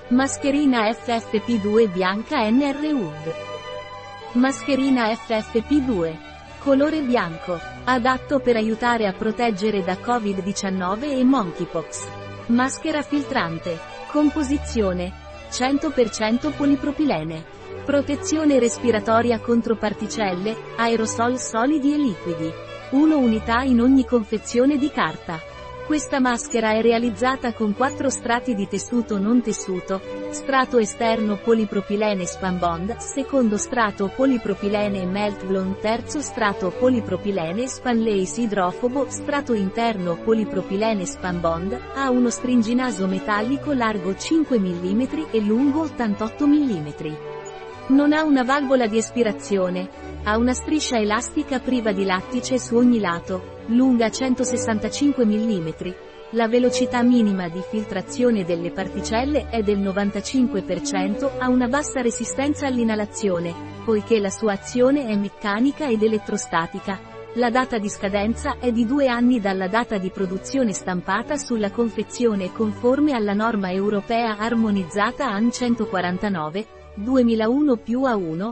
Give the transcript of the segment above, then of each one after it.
Mascherina FFP2 bianca NR UV. Mascherina FFP2. Colore bianco. Adatto per aiutare a proteggere da Covid-19 e Monkeypox. Maschera filtrante. Composizione: 100% polipropilene. Protezione respiratoria contro particelle, aerosol solidi e liquidi. 1 unità in ogni confezione di carta. Questa maschera è realizzata con 4 strati di tessuto non tessuto: strato esterno polipropilene Spanbond, secondo strato polipropilene Meltblown, terzo strato polipropilene Spanlace idrofobo, strato interno polipropilene Spanbond, ha uno stringinaso metallico largo 5 mm e lungo 88 mm. Non ha una valvola di espirazione. Ha una striscia elastica priva di lattice su ogni lato, lunga 165 mm. La velocità minima di filtrazione delle particelle è del 95%, ha una bassa resistenza all'inalazione, poiché la sua azione è meccanica ed elettrostatica. La data di scadenza è di 2 anni dalla data di produzione stampata sulla confezione conforme alla norma europea armonizzata AN 149, 2001 più A1,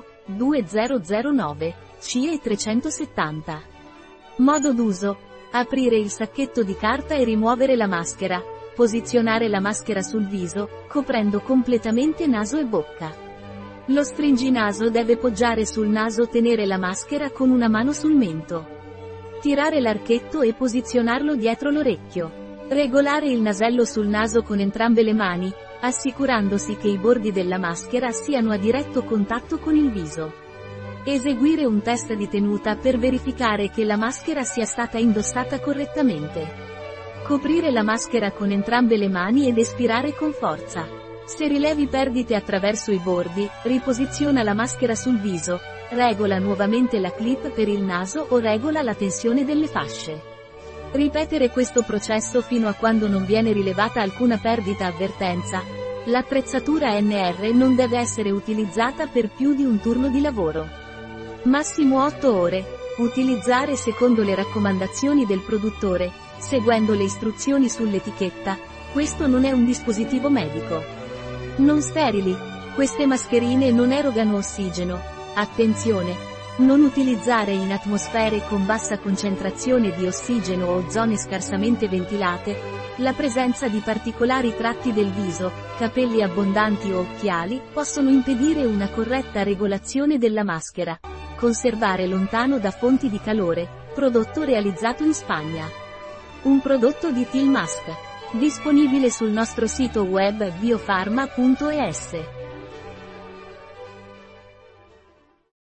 2009, CE 370. Modo d'uso: aprire il sacchetto di carta e rimuovere la maschera. Posizionare la maschera sul viso, coprendo completamente naso e bocca. Lo stringinaso deve poggiare sul naso, tenere la maschera con una mano sul mento. Tirare l'archetto e posizionarlo dietro l'orecchio. Regolare il nasello sul naso con entrambe le mani, assicurandosi che i bordi della maschera siano a diretto contatto con il viso. Eseguire un test di tenuta per verificare che la maschera sia stata indossata correttamente. Coprire la maschera con entrambe le mani ed espirare con forza. Se rilevi perdite attraverso i bordi, riposiziona la maschera sul viso, regola nuovamente la clip per il naso o regola la tensione delle fasce. Ripetere questo processo fino a quando non viene rilevata alcuna perdita avvertenza. L'attrezzatura NR non deve essere utilizzata per più di un turno di lavoro. Massimo 8 ore. Utilizzare secondo le raccomandazioni del produttore, seguendo le istruzioni sull'etichetta. Questo non è un dispositivo medico. Non sterili. Queste mascherine non erogano ossigeno. Attenzione! Non utilizzare in atmosfere con bassa concentrazione di ossigeno o zone scarsamente ventilate. La presenza di particolari tratti del viso, capelli abbondanti o occhiali, possono impedire una corretta regolazione della maschera. Conservare lontano da fonti di calore. Prodotto realizzato in Spagna. Un prodotto di Till Mask. Disponibile sul nostro sito web biofarma.es.